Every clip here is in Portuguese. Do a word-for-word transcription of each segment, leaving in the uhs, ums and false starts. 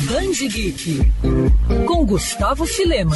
Band Geek, com Gustavo Filema.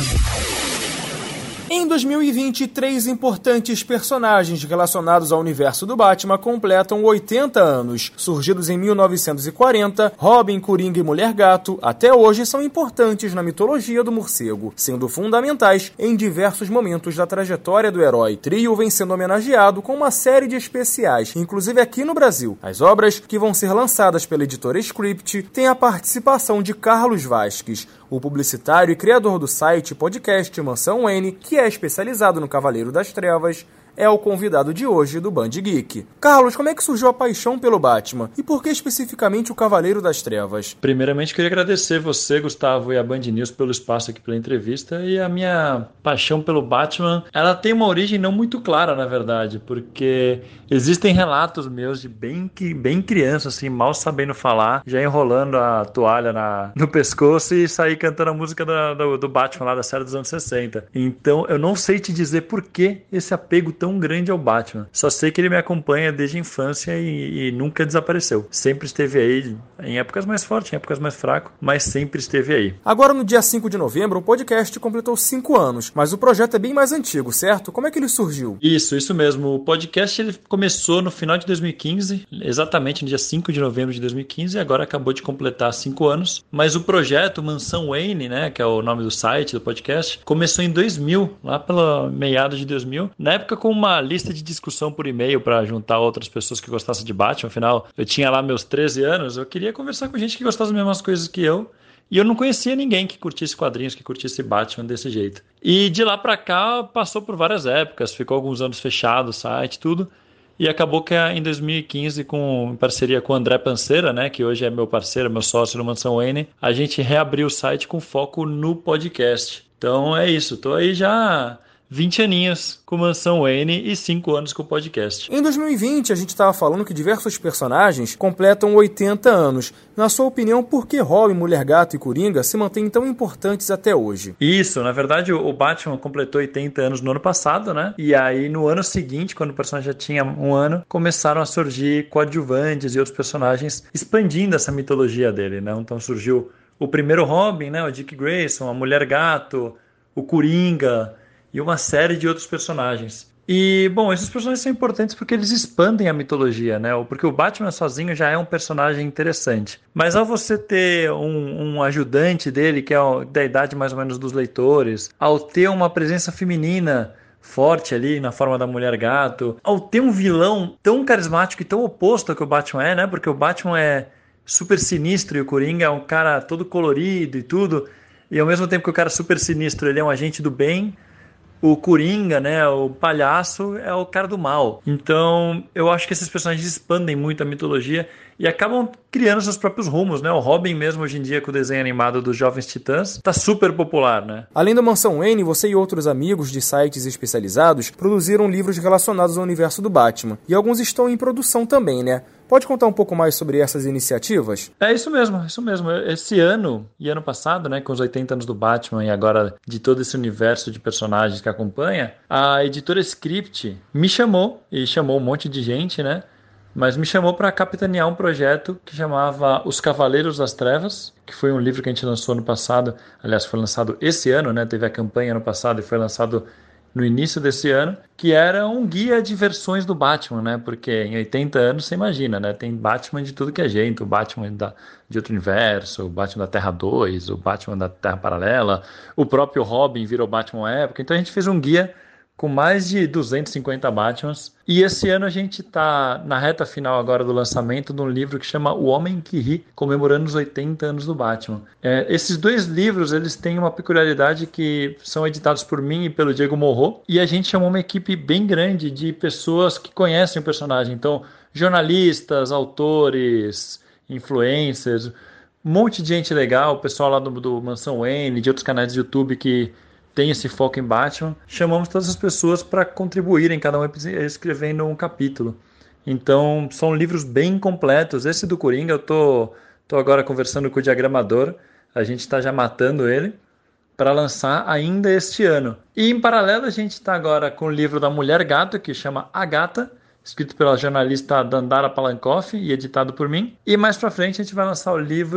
Em dois mil e vinte, três importantes personagens relacionados ao universo do Batman completam oitenta anos. Surgidos em mil novecentos e quarenta, Robin, Coringa e Mulher-Gato até hoje são importantes na mitologia do morcego, sendo fundamentais em diversos momentos da trajetória do herói. Trio vem sendo homenageado com uma série de especiais, inclusive aqui no Brasil. As obras, que vão ser lançadas pela editora Script, têm a participação de Carlos Vasques, o publicitário e criador do site e podcast Mansão Wayne, que é especializado no Cavaleiro das Trevas, é o convidado de hoje do Band Geek. Carlos, como é que surgiu a paixão pelo Batman? E por que especificamente o Cavaleiro das Trevas? Primeiramente, queria agradecer você, Gustavo, e a Band News pelo espaço aqui pela entrevista. E a minha paixão pelo Batman, ela tem uma origem não muito clara, na verdade, porque existem relatos meus de bem, bem criança, assim, mal sabendo falar, já enrolando a toalha na, no pescoço e sair cantando a música da, do, do Batman lá da série dos anos sessenta. Então, eu não sei te dizer por que esse apego tão tão grande ao Batman. Só sei que ele me acompanha desde a infância e, e nunca desapareceu. Sempre esteve aí, em épocas mais fortes, em épocas mais fracas, mas sempre esteve aí. Agora, no dia cinco de novembro, o podcast completou cinco anos, mas o projeto é bem mais antigo, certo? Como é que ele surgiu? Isso, isso mesmo. O podcast ele começou no final de dois mil e quinze, exatamente no dia cinco de novembro de dois mil e quinze, e agora acabou de completar cinco anos. Mas o projeto Mansão Wayne, né, que é o nome do site, do podcast, começou em dois mil, lá pela meados de dois mil. Na época, com uma lista de discussão por e-mail para juntar outras pessoas que gostassem de Batman. Afinal, eu tinha lá meus treze anos, eu queria conversar com gente que gostasse das mesmas coisas que eu, e eu não conhecia ninguém que curtisse quadrinhos, que curtisse Batman desse jeito. E de lá para cá, passou por várias épocas, ficou alguns anos fechado o site, tudo, e acabou que em dois mil e quinze, com, em parceria com o André Panceira, né, que hoje é meu parceiro, meu sócio no Mansão Wayne, a gente reabriu o site com foco no podcast. Então é isso, tô aí já vinte aninhos com Mansão Wayne e cinco anos com o podcast. Em dois mil e vinte, a gente estava falando que diversos personagens completam oitenta anos. Na sua opinião, por que Robin, Mulher-Gato e Coringa se mantêm tão importantes até hoje? Isso, na verdade, o Batman completou oitenta anos no ano passado, né? E aí, no ano seguinte, quando o personagem já tinha um ano, começaram a surgir coadjuvantes e outros personagens expandindo essa mitologia dele, né? Então surgiu o primeiro Robin, né? O Dick Grayson, a Mulher-Gato, o Coringa e uma série de outros personagens. E, bom, esses personagens são importantes porque eles expandem a mitologia, né? Ou porque o Batman sozinho já é um personagem interessante. Mas ao você ter um, um ajudante dele, que é da idade mais ou menos dos leitores, ao ter uma presença feminina forte ali na forma da Mulher-Gato, ao ter um vilão tão carismático e tão oposto ao que o Batman é, né? Porque o Batman é super sinistro e o Coringa é um cara todo colorido e tudo. E ao mesmo tempo que o cara super sinistro, ele é um agente do bem, o Coringa, né, o palhaço, é o cara do mal. Então, eu acho que esses personagens expandem muito a mitologia e acabam criando seus próprios rumos, né? O Robin mesmo, hoje em dia, com o desenho animado dos Jovens Titãs, tá super popular, né? Além da Mansão Wayne, você e outros amigos de sites especializados produziram livros relacionados ao universo do Batman. E alguns estão em produção também, né? Pode contar um pouco mais sobre essas iniciativas? É isso mesmo, isso mesmo. Esse ano e ano passado, né, com os oitenta anos do Batman e agora de todo esse universo de personagens que acompanha, a editora Script me chamou, e chamou um monte de gente, né, mas me chamou para capitanear um projeto que chamava Os Cavaleiros das Trevas, que foi um livro que a gente lançou no passado, aliás, foi lançado esse ano, né, teve a campanha ano passado e foi lançado no início desse ano, que era um guia de versões do Batman, né? Porque em oitenta anos, você imagina, né? Tem Batman de tudo que é jeito, o Batman da, de outro universo, o Batman da Terra dois, o Batman da Terra Paralela, o próprio Robin virou Batman à época. Então a gente fez um guia com mais de duzentos e cinquenta Batmans. E esse ano a gente está na reta final agora do lançamento de um livro que chama O Homem que Ri, comemorando os oitenta anos do Batman. É, esses dois livros, eles têm uma peculiaridade que são editados por mim e pelo Diego Morro, e a gente chamou uma equipe bem grande de pessoas que conhecem o personagem. Então, jornalistas, autores, influencers, um monte de gente legal, o pessoal lá do, do Mansão Wayne, de outros canais de YouTube que tem esse foco em Batman. Chamamos todas as pessoas para contribuírem, cada um escrevendo um capítulo. Então, são livros bem completos. Esse do Coringa, eu tô, tô agora conversando com o diagramador, a gente está já matando ele para lançar ainda este ano. E em paralelo, a gente está agora com o livro da Mulher-Gato, que chama A Gata, escrito pela jornalista Dandara Palankoff e editado por mim. E mais para frente a gente vai lançar o livro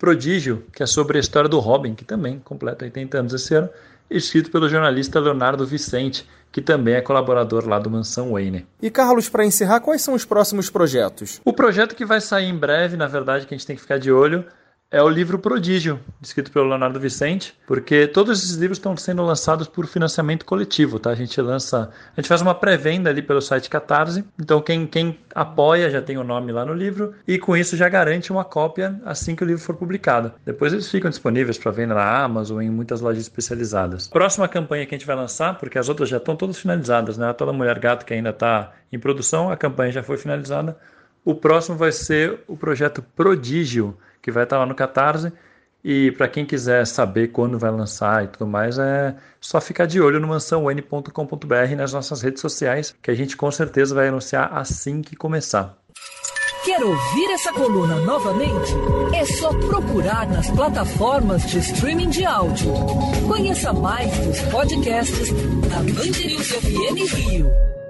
Prodígio, que é sobre a história do Robin, que também completa oitenta anos esse ano, escrito pelo jornalista Leonardo Vicente, que também é colaborador lá do Mansão Wayne. E Carlos, para encerrar, quais são os próximos projetos? O projeto que vai sair em breve, na verdade, que a gente tem que ficar de olho, é o livro Prodígio, escrito pelo Leonardo Vicente, porque todos esses livros estão sendo lançados por financiamento coletivo, tá? A gente lança, a gente faz uma pré-venda ali pelo site Catarse, então quem, quem apoia já tem o nome lá no livro e com isso já garante uma cópia assim que o livro for publicado. Depois eles ficam disponíveis para venda na Amazon ou em muitas lojas especializadas. Próxima campanha que a gente vai lançar, porque as outras já estão todas finalizadas, né? Toda Mulher Gato que ainda está em produção, a campanha já foi finalizada. O próximo vai ser o projeto Prodígio, que vai estar lá no Catarse, e para quem quiser saber quando vai lançar e tudo mais, é só ficar de olho no mansão wayne ponto com ponto b r nas nossas redes sociais, que a gente com certeza vai anunciar assim que começar. Quer ouvir essa coluna novamente? É só procurar nas plataformas de streaming de áudio. Conheça mais dos podcasts da Band News F M Rio.